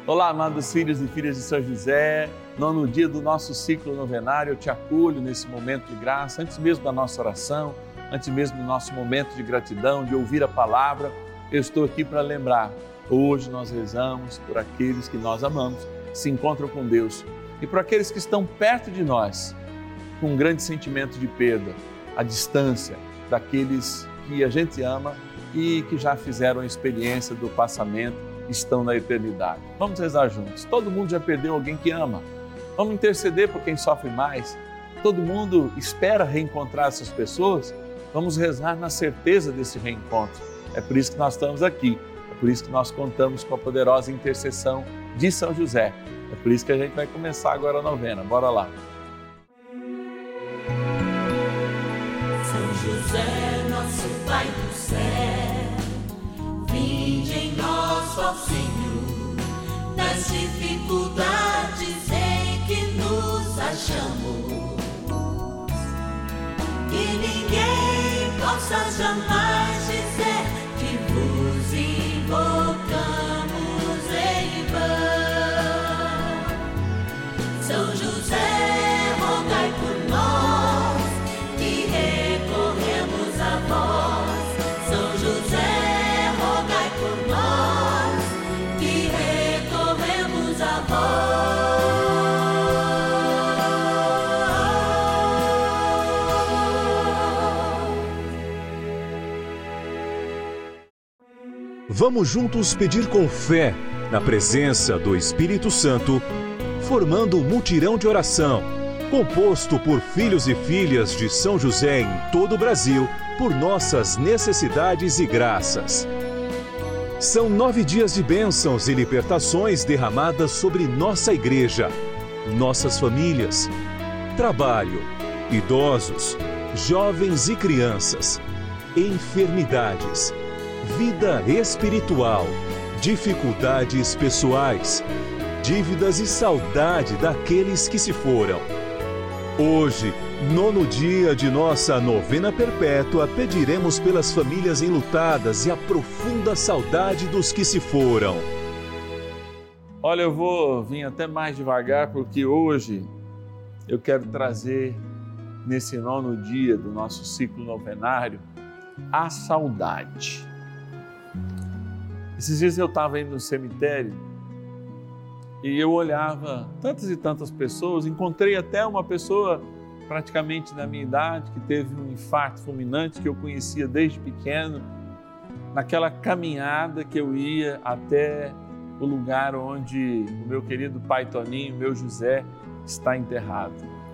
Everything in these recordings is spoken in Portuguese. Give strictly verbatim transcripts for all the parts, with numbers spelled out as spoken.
Olá, amados filhos e filhas de São José, nono dia do nosso ciclo novenário, eu te acolho nesse momento de graça, antes mesmo da nossa oração, antes mesmo do nosso momento de gratidão, de ouvir a palavra, eu estou aqui para lembrar, hoje nós rezamos por aqueles que nós amamos, se encontram com Deus, e por aqueles que estão perto de nós, com um grande sentimento de perda, a distância daqueles que a gente ama e que já fizeram a experiência do passamento, estão na eternidade. Vamos rezar juntos. Todo mundo já perdeu alguém que ama. Vamos interceder por quem sofre mais. Todo mundo espera reencontrar essas pessoas. Vamos rezar na certeza desse reencontro. É por isso que nós estamos aqui. É por isso que nós contamos com a poderosa intercessão de São José. É por isso que a gente vai começar agora a novena. Bora lá. São José, nosso Pai do céu, vinde em nós, ó Senhor, nas dificuldades em que nos achamos, que ninguém possa jamais dizer que vos invocamos em vão. São José, rogai por nós, que recorremos a vós. São José, rogai por nós, que recorremos a vós. Vamos juntos pedir com fé, na presença do Espírito Santo, formando um mutirão de oração, composto por filhos e filhas de São José em todo o Brasil, por nossas necessidades e graças. São nove dias de bênçãos e libertações derramadas sobre nossa igreja, nossas famílias, trabalho, idosos, jovens e crianças, enfermidades, vida espiritual, dificuldades pessoais, dívidas e saudade daqueles que se foram. Hoje, nono dia de nossa novena perpétua, pediremos pelas famílias enlutadas e a profunda saudade dos que se foram. Olha, eu vou vir até mais devagar, porque hoje eu quero trazer, nesse nono dia do nosso ciclo novenário, a saudade. Esses dias eu estava indo no cemitério e eu olhava tantas e tantas pessoas, encontrei até uma pessoa praticamente da minha idade, que teve um infarto fulminante, que eu conhecia desde pequeno, naquela caminhada que eu ia até o lugar onde o meu querido pai Toninho, meu José, está enterrado.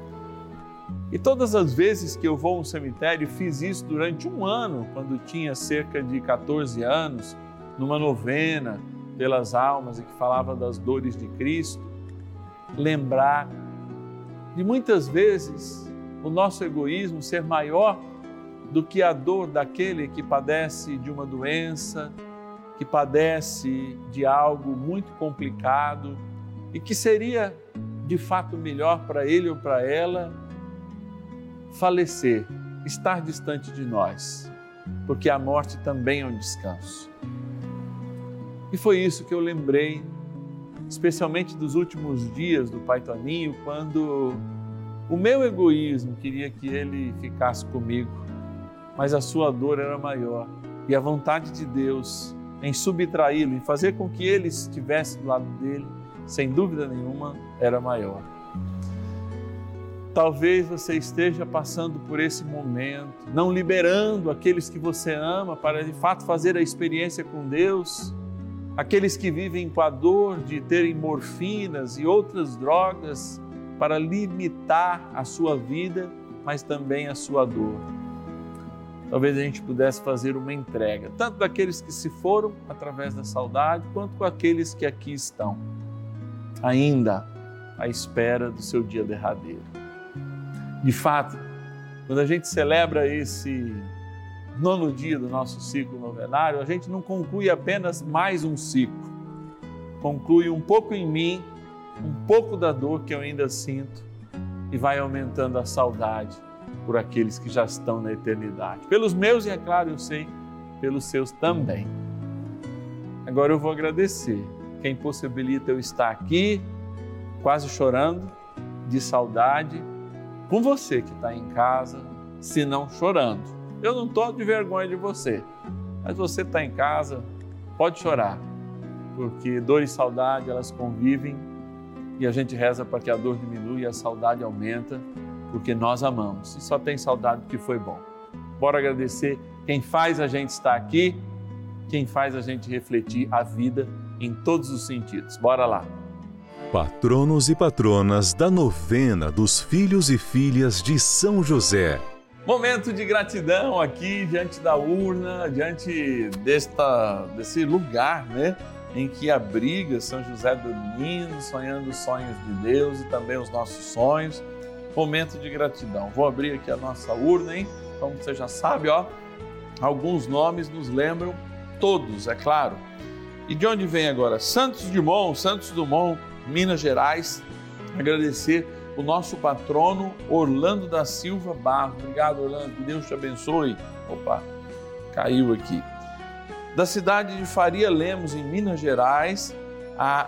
E todas as vezes que eu vou ao cemitério, fiz isso durante um ano, quando tinha cerca de catorze anos, numa novena pelas almas e que falava das dores de Cristo, lembrar de muitas vezes o nosso egoísmo ser maior do que a dor daquele que padece de uma doença, que padece de algo muito complicado e que seria de fato melhor para ele ou para ela falecer, estar distante de nós, porque a morte também é um descanso. E foi isso que eu lembrei, especialmente dos últimos dias do pai Toninho, quando o meu egoísmo queria que ele ficasse comigo, mas a sua dor era maior. E a vontade de Deus em subtraí-lo, em fazer com que ele estivesse do lado dele, sem dúvida nenhuma, era maior. Talvez você esteja passando por esse momento, não liberando aqueles que você ama para de fato fazer a experiência com Deus, aqueles que vivem com a dor de terem morfinas e outras drogas para limitar a sua vida, mas também a sua dor. Talvez a gente pudesse fazer uma entrega, tanto daqueles que se foram através da saudade, quanto com aqueles que aqui estão, ainda à espera do seu dia derradeiro. De fato, quando a gente celebra esse nono dia do nosso ciclo novenário, a gente não conclui apenas mais um ciclo, conclui um pouco em mim, um pouco da dor que eu ainda sinto e vai aumentando a saudade por aqueles que já estão na eternidade. Pelos meus, e é claro, eu sei, pelos seus também. Agora eu vou agradecer quem possibilita eu estar aqui, quase chorando, de saudade, com você que está em casa, se não chorando. Eu não estou de vergonha de você, mas você está em casa, pode chorar, porque dor e saudade, elas convivem e a gente reza para que a dor diminua e a saudade aumenta, porque nós amamos e só tem saudade do que foi bom. Bora agradecer quem faz a gente estar aqui, quem faz a gente refletir a vida em todos os sentidos. Bora lá. Patronos e patronas da novena dos filhos e filhas de São José. Momento de gratidão aqui diante da urna, diante desta, desse lugar, né, em que abriga São José dormindo, sonhando os sonhos de Deus e também os nossos sonhos. Momento de gratidão. Vou abrir aqui a nossa urna, hein? Como você já sabe, ó, alguns nomes nos lembram, todos, é claro. E de onde vem agora? Santos Dumont, Santos Dumont, Minas Gerais. Agradecer o nosso patrono Orlando da Silva Barros. Obrigado, Orlando, que Deus te abençoe. Opa, caiu aqui. Da cidade de Faria Lemos, em Minas Gerais, a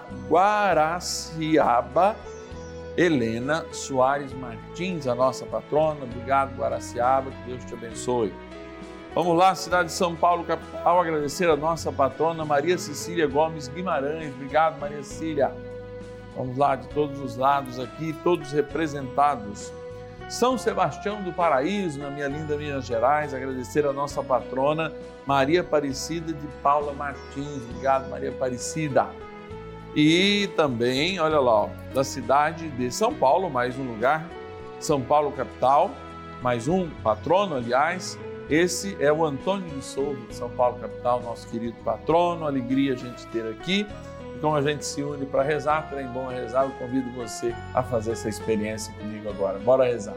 Guaraciaba Helena Soares Martins, a nossa patrona. Obrigado, Guaraciaba, que Deus te abençoe. Vamos lá, cidade de São Paulo, capital, agradecer a nossa patrona Maria Cecília Gomes Guimarães. Obrigado, Maria Cecília. Vamos lá, de todos os lados aqui, todos representados. São Sebastião do Paraíso, na minha linda Minas Gerais, agradecer a nossa patrona Maria Aparecida de Paula Martins. Obrigado, Maria Aparecida. E também, olha lá, ó, da cidade de São Paulo, mais um lugar, São Paulo capital, mais um patrono, aliás. Esse é o Antônio de Souza, de São Paulo capital, nosso querido patrono. Alegria a gente ter aqui. E como a gente se une para rezar, trem bom é rezar, eu convido você a fazer essa experiência comigo agora. Bora rezar.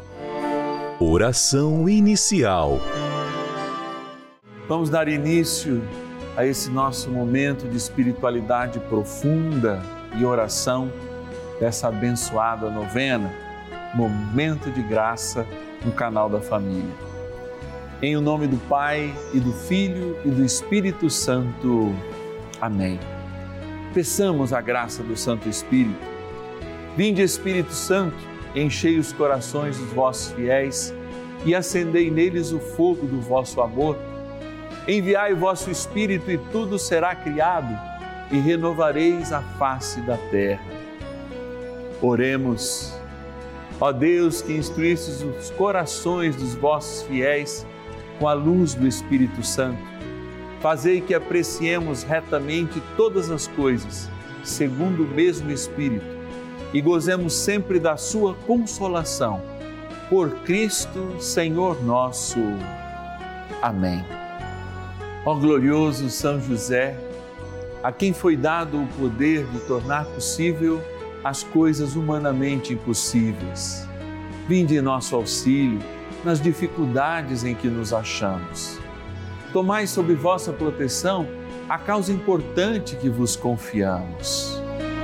Oração inicial. Vamos dar início a esse nosso momento de espiritualidade profunda e oração dessa abençoada novena, Momento de Graça no canal da Família. Em o nome do Pai, e do Filho, e do Espírito Santo. Amém. Peçamos a graça do Santo Espírito. Vinde, Espírito Santo, enchei os corações dos vossos fiéis e acendei neles o fogo do vosso amor. Enviai o vosso Espírito e tudo será criado e renovareis a face da terra. Oremos. Ó Deus, que instruístes os corações dos vossos fiéis com a luz do Espírito Santo, fazei que apreciemos retamente todas as coisas, segundo o mesmo Espírito, e gozemos sempre da sua consolação. Por Cristo, Senhor nosso. Amém. Ó glorioso São José, a quem foi dado o poder de tornar possível as coisas humanamente impossíveis, vinde em nosso auxílio nas dificuldades em que nos achamos. Tomai sob vossa proteção a causa importante que vos confiamos.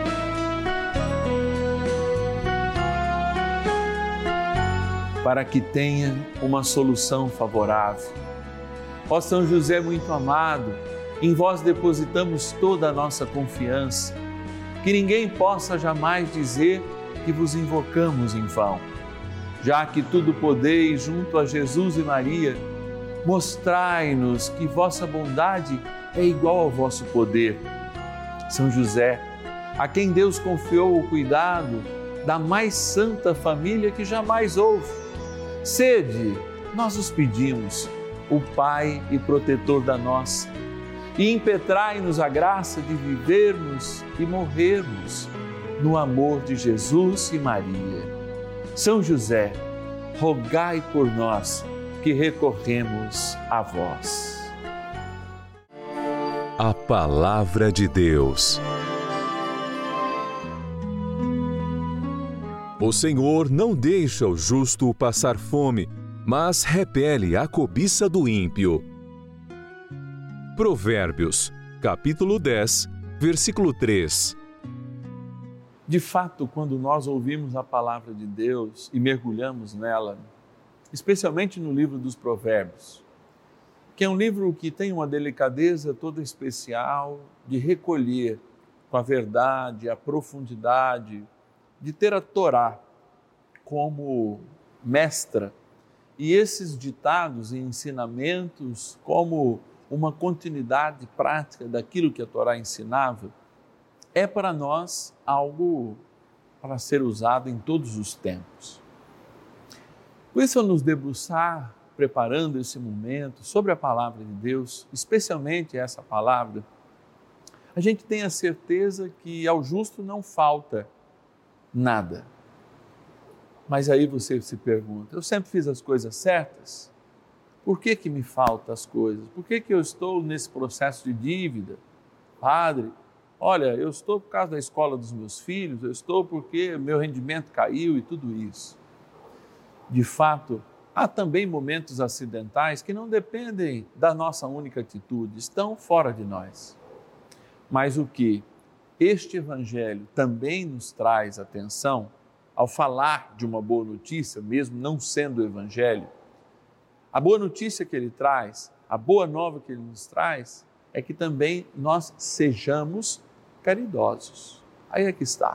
Para que tenha uma solução favorável. Ó São José muito amado, em vós depositamos toda a nossa confiança, que ninguém possa jamais dizer que vos invocamos em vão. Já que tudo podeis junto a Jesus e Maria, mostrai-nos que vossa bondade é igual ao vosso poder. São José, a quem Deus confiou o cuidado da mais santa família que jamais houve, sede, nós os pedimos, o Pai e protetor da nossa, e impetrai-nos a graça de vivermos e morrermos no amor de Jesus e Maria. São José, rogai por nós que recorremos a vós. A Palavra de Deus. O Senhor não deixa o justo passar fome, mas repele a cobiça do ímpio. Provérbios, capítulo dez, versículo três. De fato, quando nós ouvimos a palavra de Deus e mergulhamos nela, especialmente no livro dos Provérbios, que é um livro que tem uma delicadeza toda especial de recolher com a verdade, a profundidade, de ter a Torá como mestra e esses ditados e ensinamentos como uma continuidade prática daquilo que a Torá ensinava, é para nós algo para ser usado em todos os tempos. Por isso, ao nos debruçar, preparando esse momento sobre a palavra de Deus, especialmente essa palavra, a gente tem a certeza que ao justo não falta nada. Mas aí você se pergunta, eu sempre fiz as coisas certas? Por que que me faltam as coisas? Por que que eu estou nesse processo de dívida? Padre, olha, eu estou por causa da escola dos meus filhos, eu estou porque meu rendimento caiu e tudo isso. De fato, há também momentos acidentais que não dependem da nossa única atitude, estão fora de nós. Mas o que este Evangelho também nos traz atenção, ao falar de uma boa notícia, mesmo não sendo o Evangelho, a boa notícia que ele traz, a boa nova que ele nos traz, é que também nós sejamos caridosos. Aí é que está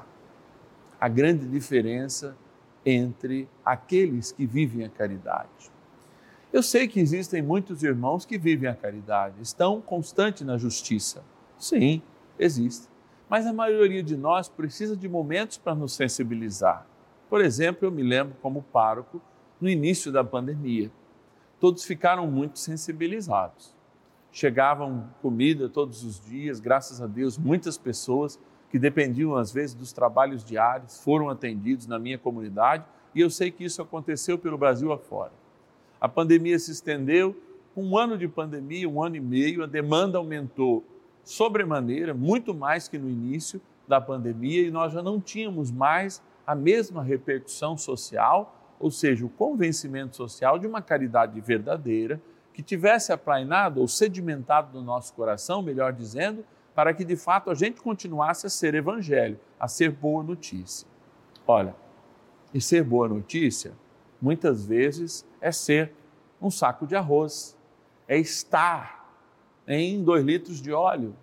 a grande diferença entre aqueles que vivem a caridade. Eu sei que existem muitos irmãos que vivem a caridade, estão constantes na justiça. Sim, existe. Mas a maioria de nós precisa de momentos para nos sensibilizar. Por exemplo, eu me lembro como pároco no início da pandemia. Todos ficaram muito sensibilizados. Chegavam comida todos os dias, graças a Deus, muitas pessoas que dependiam às vezes dos trabalhos diários foram atendidos na minha comunidade e eu sei que isso aconteceu pelo Brasil afora. A pandemia se estendeu, um ano de pandemia, um ano e meio, a demanda aumentou sobremaneira, muito mais que no início da pandemia, e nós já não tínhamos mais a mesma repercussão social, ou seja, o convencimento social de uma caridade verdadeira que tivesse aplainado ou sedimentado no nosso coração, melhor dizendo, para que de fato a gente continuasse a ser evangelho, a ser boa notícia. Olha, e ser boa notícia, muitas vezes, é ser um saco de arroz, é estar em dois litros de óleo,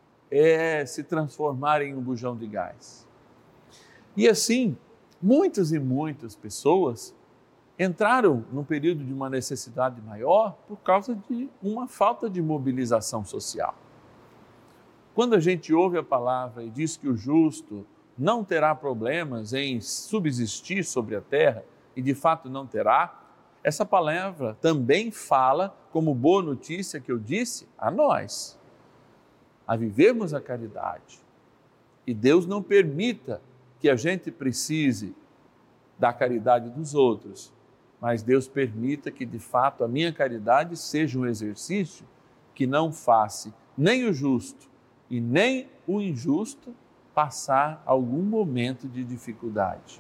é se transformar em um bujão de gás. E assim, muitas e muitas pessoas entraram num período de uma necessidade maior por causa de uma falta de mobilização social. Quando a gente ouve a palavra e diz que o justo não terá problemas em subsistir sobre a terra, e de fato não terá, essa palavra também fala, como boa notícia que eu disse, a nós, a vivermos a caridade. E Deus não permita que a gente precise da caridade dos outros, mas Deus permita que de fato a minha caridade seja um exercício que não faça nem o justo e nem o injusto passar algum momento de dificuldade.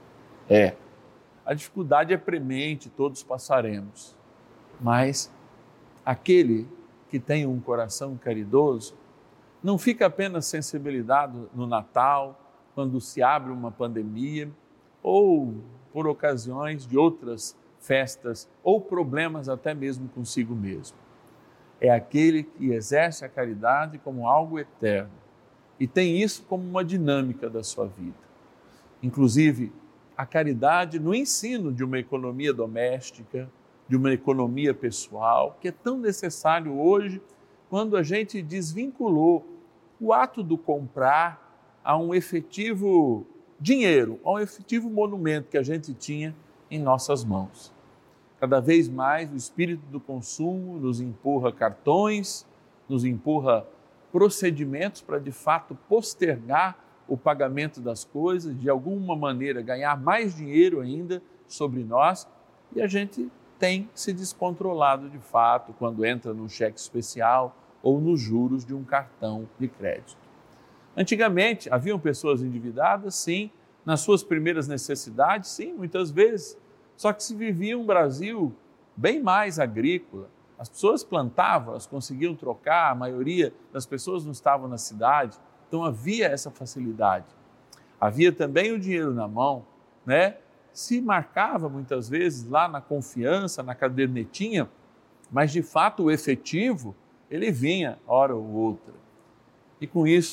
É, a dificuldade é premente, todos passaremos, mas aquele que tem um coração caridoso não fica apenas sensibilizado no Natal, quando se abre uma pandemia, ou por ocasiões de outras festas, ou problemas até mesmo consigo mesmo. É aquele que exerce a caridade como algo eterno e tem isso como uma dinâmica da sua vida. Inclusive, a caridade no ensino de uma economia doméstica, de uma economia pessoal, que é tão necessário hoje, quando a gente desvinculou o ato do comprar a um efetivo dinheiro, a um efetivo monumento que a gente tinha em nossas mãos. Cada vez mais o espírito do consumo nos empurra cartões, nos empurra procedimentos para de fato postergar o pagamento das coisas, de alguma maneira ganhar mais dinheiro ainda sobre nós, e a gente tem se descontrolado de fato quando entra no cheque especial ou nos juros de um cartão de crédito. Antigamente, haviam pessoas endividadas, sim, nas suas primeiras necessidades, sim, muitas vezes, só que se vivia um Brasil bem mais agrícola. As pessoas plantavam, elas conseguiam trocar, a maioria das pessoas não estavam na cidade, então havia essa facilidade. Havia também o dinheiro na mão, né? Se marcava muitas vezes lá na confiança, na cadernetinha, mas de fato o efetivo, ele vinha hora ou outra. E com isso,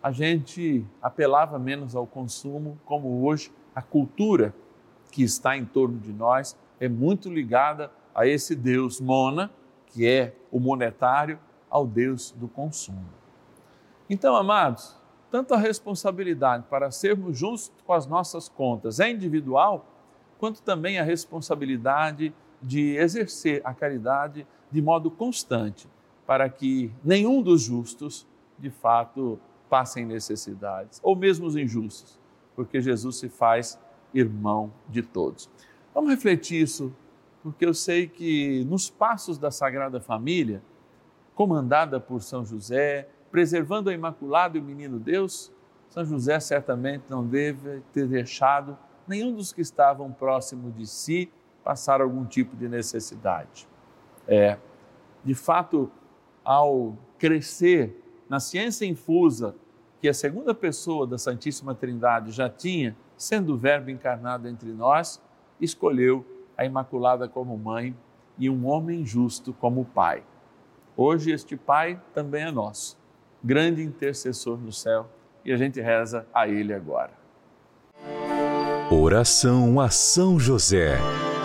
a gente apelava menos ao consumo, como hoje a cultura que está em torno de nós é muito ligada a esse Deus mona, que é o monetário, ao Deus do consumo. Então, amados, tanto a responsabilidade para sermos justos com as nossas contas é individual, quanto também a responsabilidade de exercer a caridade de modo constante, para que nenhum dos justos, de fato, passem necessidades, ou mesmo os injustos, porque Jesus se faz irmão de todos. Vamos refletir isso, porque eu sei que nos passos da Sagrada Família, comandada por São José, preservando a Imaculada e o Menino Deus, São José certamente não deve ter deixado nenhum dos que estavam próximos de si passar algum tipo de necessidade. É, de fato, ao crescer na ciência infusa que a segunda pessoa da Santíssima Trindade já tinha, sendo o Verbo encarnado entre nós, escolheu a Imaculada como mãe e um homem justo como pai. Hoje este Pai também é nosso, grande intercessor no céu, e a gente reza a Ele agora. Oração a São José.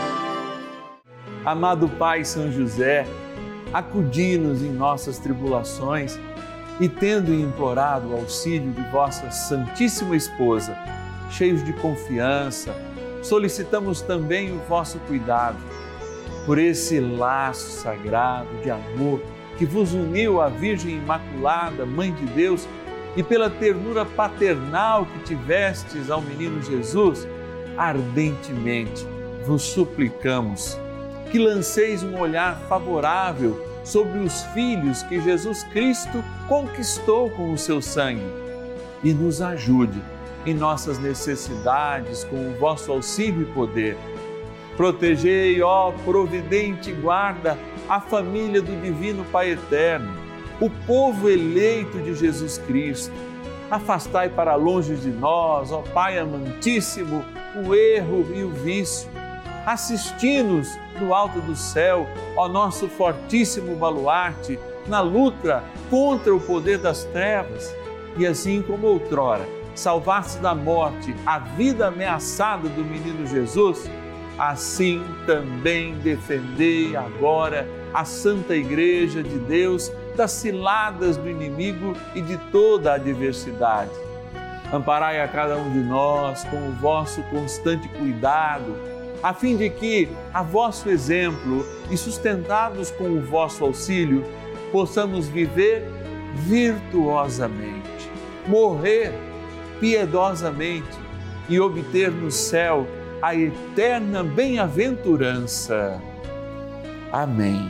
Amado Pai São José, acudi-nos em nossas tribulações e, tendo implorado o auxílio de vossa Santíssima Esposa, cheios de confiança, solicitamos também o vosso cuidado. Por esse laço sagrado de amor que vos uniu à Virgem Imaculada, Mãe de Deus, e pela ternura paternal que tivestes ao menino Jesus, ardentemente vos suplicamos que lanceis um olhar favorável sobre os filhos que Jesus Cristo conquistou com o seu sangue e nos ajude em nossas necessidades com o vosso auxílio e poder. Protegei, ó providente guarda, a família do Divino Pai Eterno, o povo eleito de Jesus Cristo. Afastai para longe de nós, ó Pai amantíssimo, o erro e o vício. Assisti-nos do alto do céu, ó nosso fortíssimo baluarte, na luta contra o poder das trevas. E assim como outrora salvaste da morte a vida ameaçada do menino Jesus, assim também defendei agora a Santa Igreja de Deus das ciladas do inimigo e de toda a adversidade. Amparai a cada um de nós com o vosso constante cuidado, a fim de que, a vosso exemplo e sustentados com o vosso auxílio, possamos viver virtuosamente, morrer piedosamente e obter no céu a eterna bem-aventurança. Amém.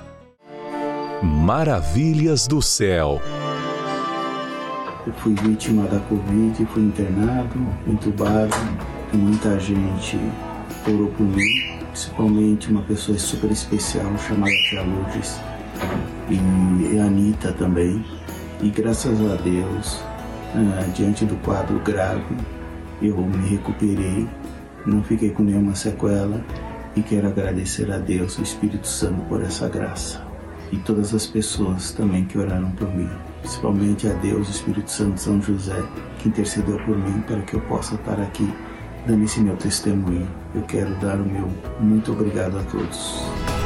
Maravilhas do céu. Eu fui vítima da Covid, fui internado, entubado, e muita gente orou por mim, principalmente uma pessoa super especial chamada Tia Lourdes e a Anitta também. E graças a Deus, diante do quadro grave, eu me recuperei, não fiquei com nenhuma sequela e quero agradecer a Deus, o Espírito Santo, por essa graça. E todas as pessoas também que oraram por mim, principalmente a Deus, o Espírito Santo, São José, que intercedeu por mim para que eu possa estar aqui dando esse meu testemunho. Eu quero dar o meu muito obrigado a todos.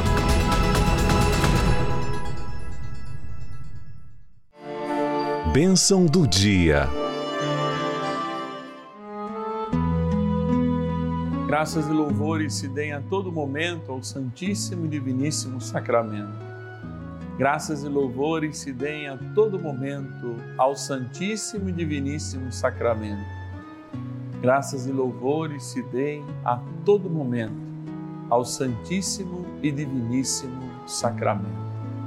Bênção do dia. Graças e louvores se deem a todo momento ao Santíssimo e Diviníssimo Sacramento. Graças e louvores se deem a todo momento ao Santíssimo e Diviníssimo Sacramento. Graças e louvores se deem a todo momento ao Santíssimo e Diviníssimo Sacramento.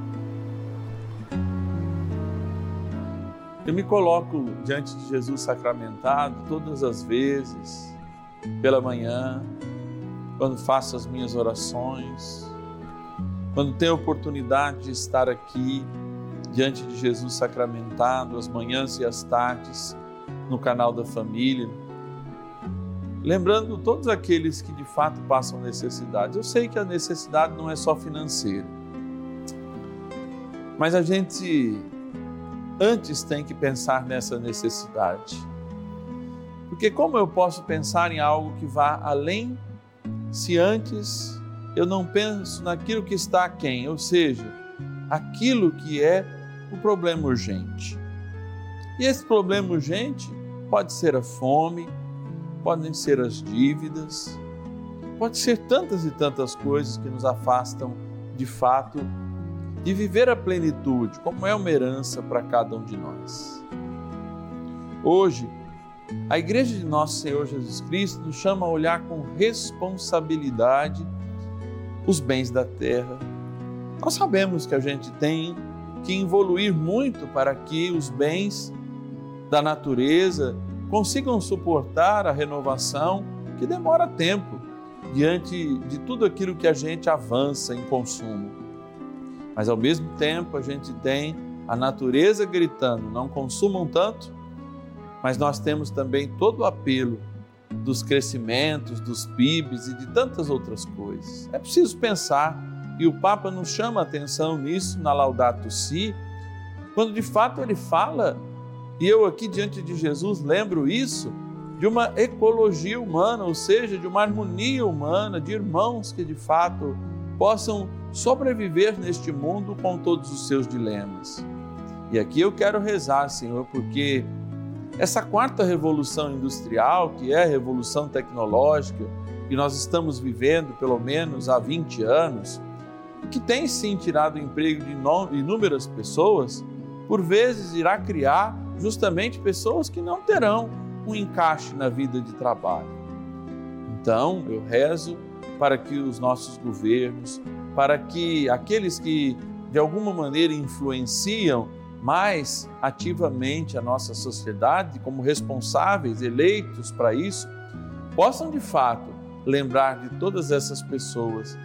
Eu me coloco diante de Jesus sacramentado todas as vezes, pela manhã, quando faço as minhas orações, quando tenho a oportunidade de estar aqui diante de Jesus sacramentado, as manhãs e as tardes, no canal da família, lembrando todos aqueles que de fato passam necessidade. Eu sei que a necessidade não é só financeira, mas a gente antes tem que pensar nessa necessidade. Porque como eu posso pensar em algo que vá além se antes eu não penso naquilo que está aquém, ou seja, aquilo que é o problema urgente. E esse problema urgente pode ser a fome, podem ser as dívidas, pode ser tantas e tantas coisas que nos afastam de fato de viver a plenitude, como é uma herança para cada um de nós. Hoje, a Igreja de Nosso Senhor Jesus Cristo nos chama a olhar com responsabilidade os bens da terra. Nós sabemos que a gente tem que evoluir muito para que os bens da natureza consigam suportar a renovação que demora tempo diante de tudo aquilo que a gente avança em consumo. Mas ao mesmo tempo a gente tem a natureza gritando, não consumam tanto, mas nós temos também todo o apelo dos crescimentos, dos P I Bs e de tantas outras coisas. É preciso pensar, e o Papa nos chama a atenção nisso na Laudato Si, quando de fato ele fala, e eu aqui diante de Jesus lembro isso, de uma ecologia humana, ou seja, de uma harmonia humana, de irmãos que de fato possam sobreviver neste mundo com todos os seus dilemas. E aqui eu quero rezar, Senhor, porque essa quarta revolução industrial, que é a revolução tecnológica, que nós estamos vivendo pelo menos há vinte anos, que tem sim tirado o emprego de inúmeras pessoas, por vezes irá criar justamente pessoas que não terão um encaixe na vida de trabalho. Então, eu rezo para que os nossos governos, para que aqueles que de alguma maneira influenciam mais ativamente a nossa sociedade, como responsáveis eleitos para isso, possam de fato lembrar de todas essas pessoas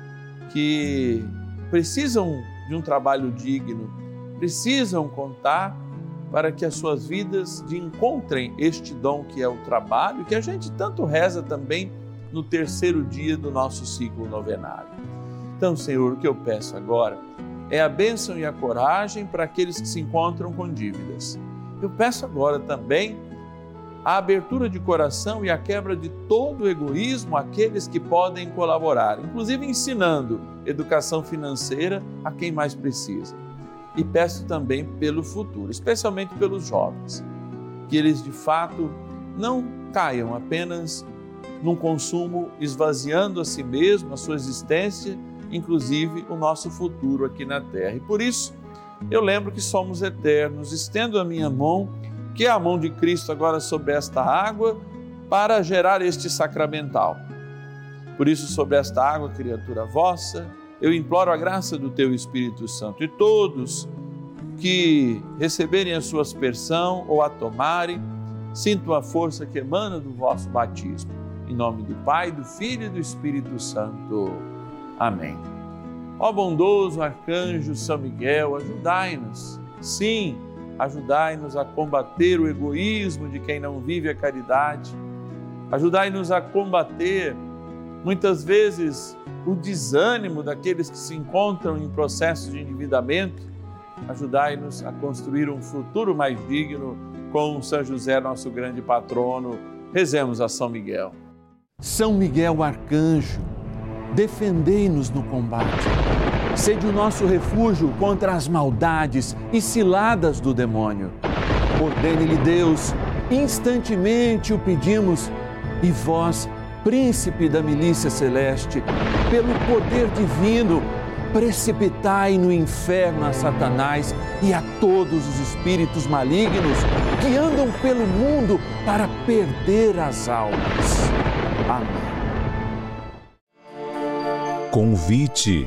que precisam de um trabalho digno, precisam contar para que as suas vidas encontrem este dom que é o trabalho, que a gente tanto reza também no terceiro dia do nosso ciclo novenário. Então, Senhor, o que eu peço agora é a bênção e a coragem para aqueles que se encontram com dívidas. Eu peço agora também a abertura de coração e a quebra de todo o egoísmo àqueles que podem colaborar, inclusive ensinando educação financeira a quem mais precisa. E peço também pelo futuro, especialmente pelos jovens, que eles de fato não caiam apenas num consumo esvaziando a si mesmo, a sua existência, inclusive o nosso futuro aqui na terra. E por isso, eu lembro que somos eternos, estendo a minha mão, que é a mão de Cristo agora sobre esta água, para gerar este sacramental. Por isso, sobre esta água, criatura vossa, eu imploro a graça do Teu Espírito Santo, e todos que receberem a sua aspersão ou a tomarem, sintam a força que emana do vosso batismo. Em nome do Pai, do Filho e do Espírito Santo. Amém. Ó bondoso arcanjo São Miguel, ajudai-nos, sim, ajudai-nos a combater o egoísmo de quem não vive a caridade, ajudai-nos a combater, muitas vezes, o desânimo daqueles que se encontram em processo de endividamento, ajudai-nos a construir um futuro mais digno com São José, nosso grande patrono. Rezemos a São Miguel. São Miguel arcanjo, defendei-nos no combate. Sede o nosso refúgio contra as maldades e ciladas do demônio. Ordene-lhe Deus, instantemente o pedimos, e vós, príncipe da milícia celeste, pelo poder divino, precipitai no inferno a Satanás e a todos os espíritos malignos que andam pelo mundo para perder as almas. Amém. Convite.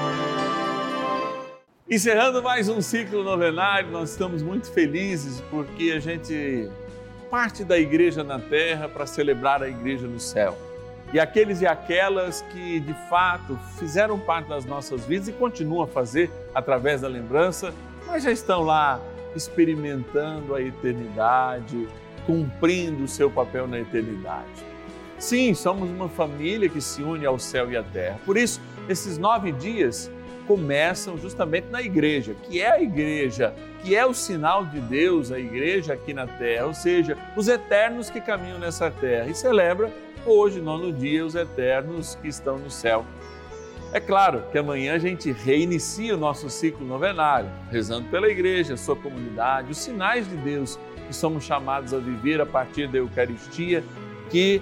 Encerrando mais um ciclo novenário, nós estamos muito felizes porque a gente parte da igreja na terra para celebrar a igreja no céu. E aqueles e aquelas que de fato fizeram parte das nossas vidas e continuam a fazer através da lembrança, mas já estão lá experimentando a eternidade, cumprindo o seu papel na eternidade. Sim, somos uma família que se une ao céu e à terra. Por isso, esses nove dias, começam justamente na igreja, que é a igreja, que é o sinal de Deus, a igreja aqui na terra, ou seja, os eternos que caminham nessa terra, e celebra hoje, nono dia, os eternos que estão no céu. É claro que amanhã a gente reinicia o nosso ciclo novenário, rezando pela igreja, sua comunidade, os sinais de Deus que somos chamados a viver a partir da Eucaristia, que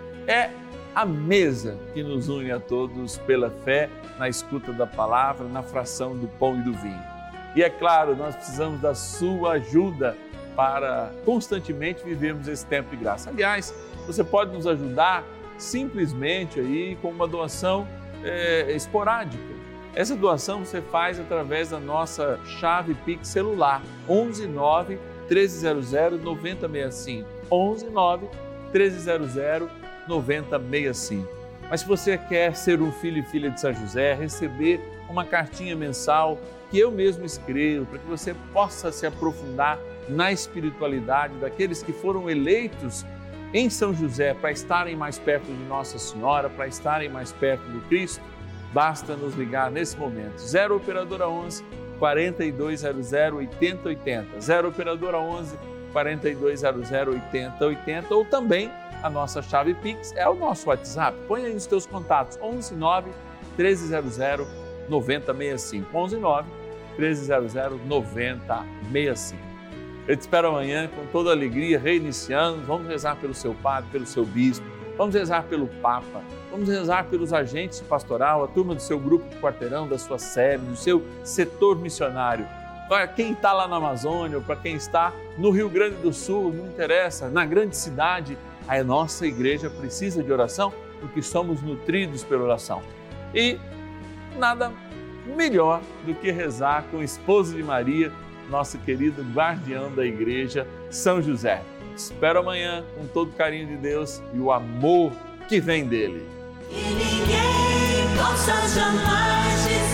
é a mesa que nos une a todos pela fé, na escuta da palavra, na fração do pão e do vinho. E é claro, nós precisamos da sua ajuda para constantemente vivermos esse tempo de graça. Aliás, você pode nos ajudar simplesmente aí com uma doação é, esporádica. Essa doação você faz através da nossa chave Pix celular, onze nove, treze zero zero, noventa sessenta e cinco, onze nove, treze zero zero, noventa sessenta e cinco. Mas se você quer ser um filho e filha de São José, receber uma cartinha mensal que eu mesmo escrevo, para que você possa se aprofundar na espiritualidade daqueles que foram eleitos em São José para estarem mais perto de Nossa Senhora, para estarem mais perto do Cristo, basta nos ligar nesse momento. zero Operadora onze, quarenta e dois zero zero, oitenta oitenta. zero Operadora onze, quarenta e dois zero zero, oitenta oitenta. Ou também a nossa chave Pix é o nosso WhatsApp. Põe aí os teus contatos, onze nove, treze zero zero, noventa sessenta e cinco. onze nove, treze zero zero, noventa sessenta e cinco. Eu te espero amanhã com toda alegria, reiniciando. Vamos rezar pelo seu padre, pelo seu bispo, vamos rezar pelo Papa, vamos rezar pelos agentes de pastoral, a turma do seu grupo de quarteirão, da sua sede, do seu setor missionário. Para quem está lá na Amazônia, ou para quem está no Rio Grande do Sul, não interessa, na grande cidade, a nossa igreja precisa de oração, porque somos nutridos pela oração. E nada melhor do que rezar com o esposo de Maria, nosso querido guardião da igreja, São José. Espero amanhã com todo o carinho de Deus e o amor que vem dele. E ninguém possa jamais dizer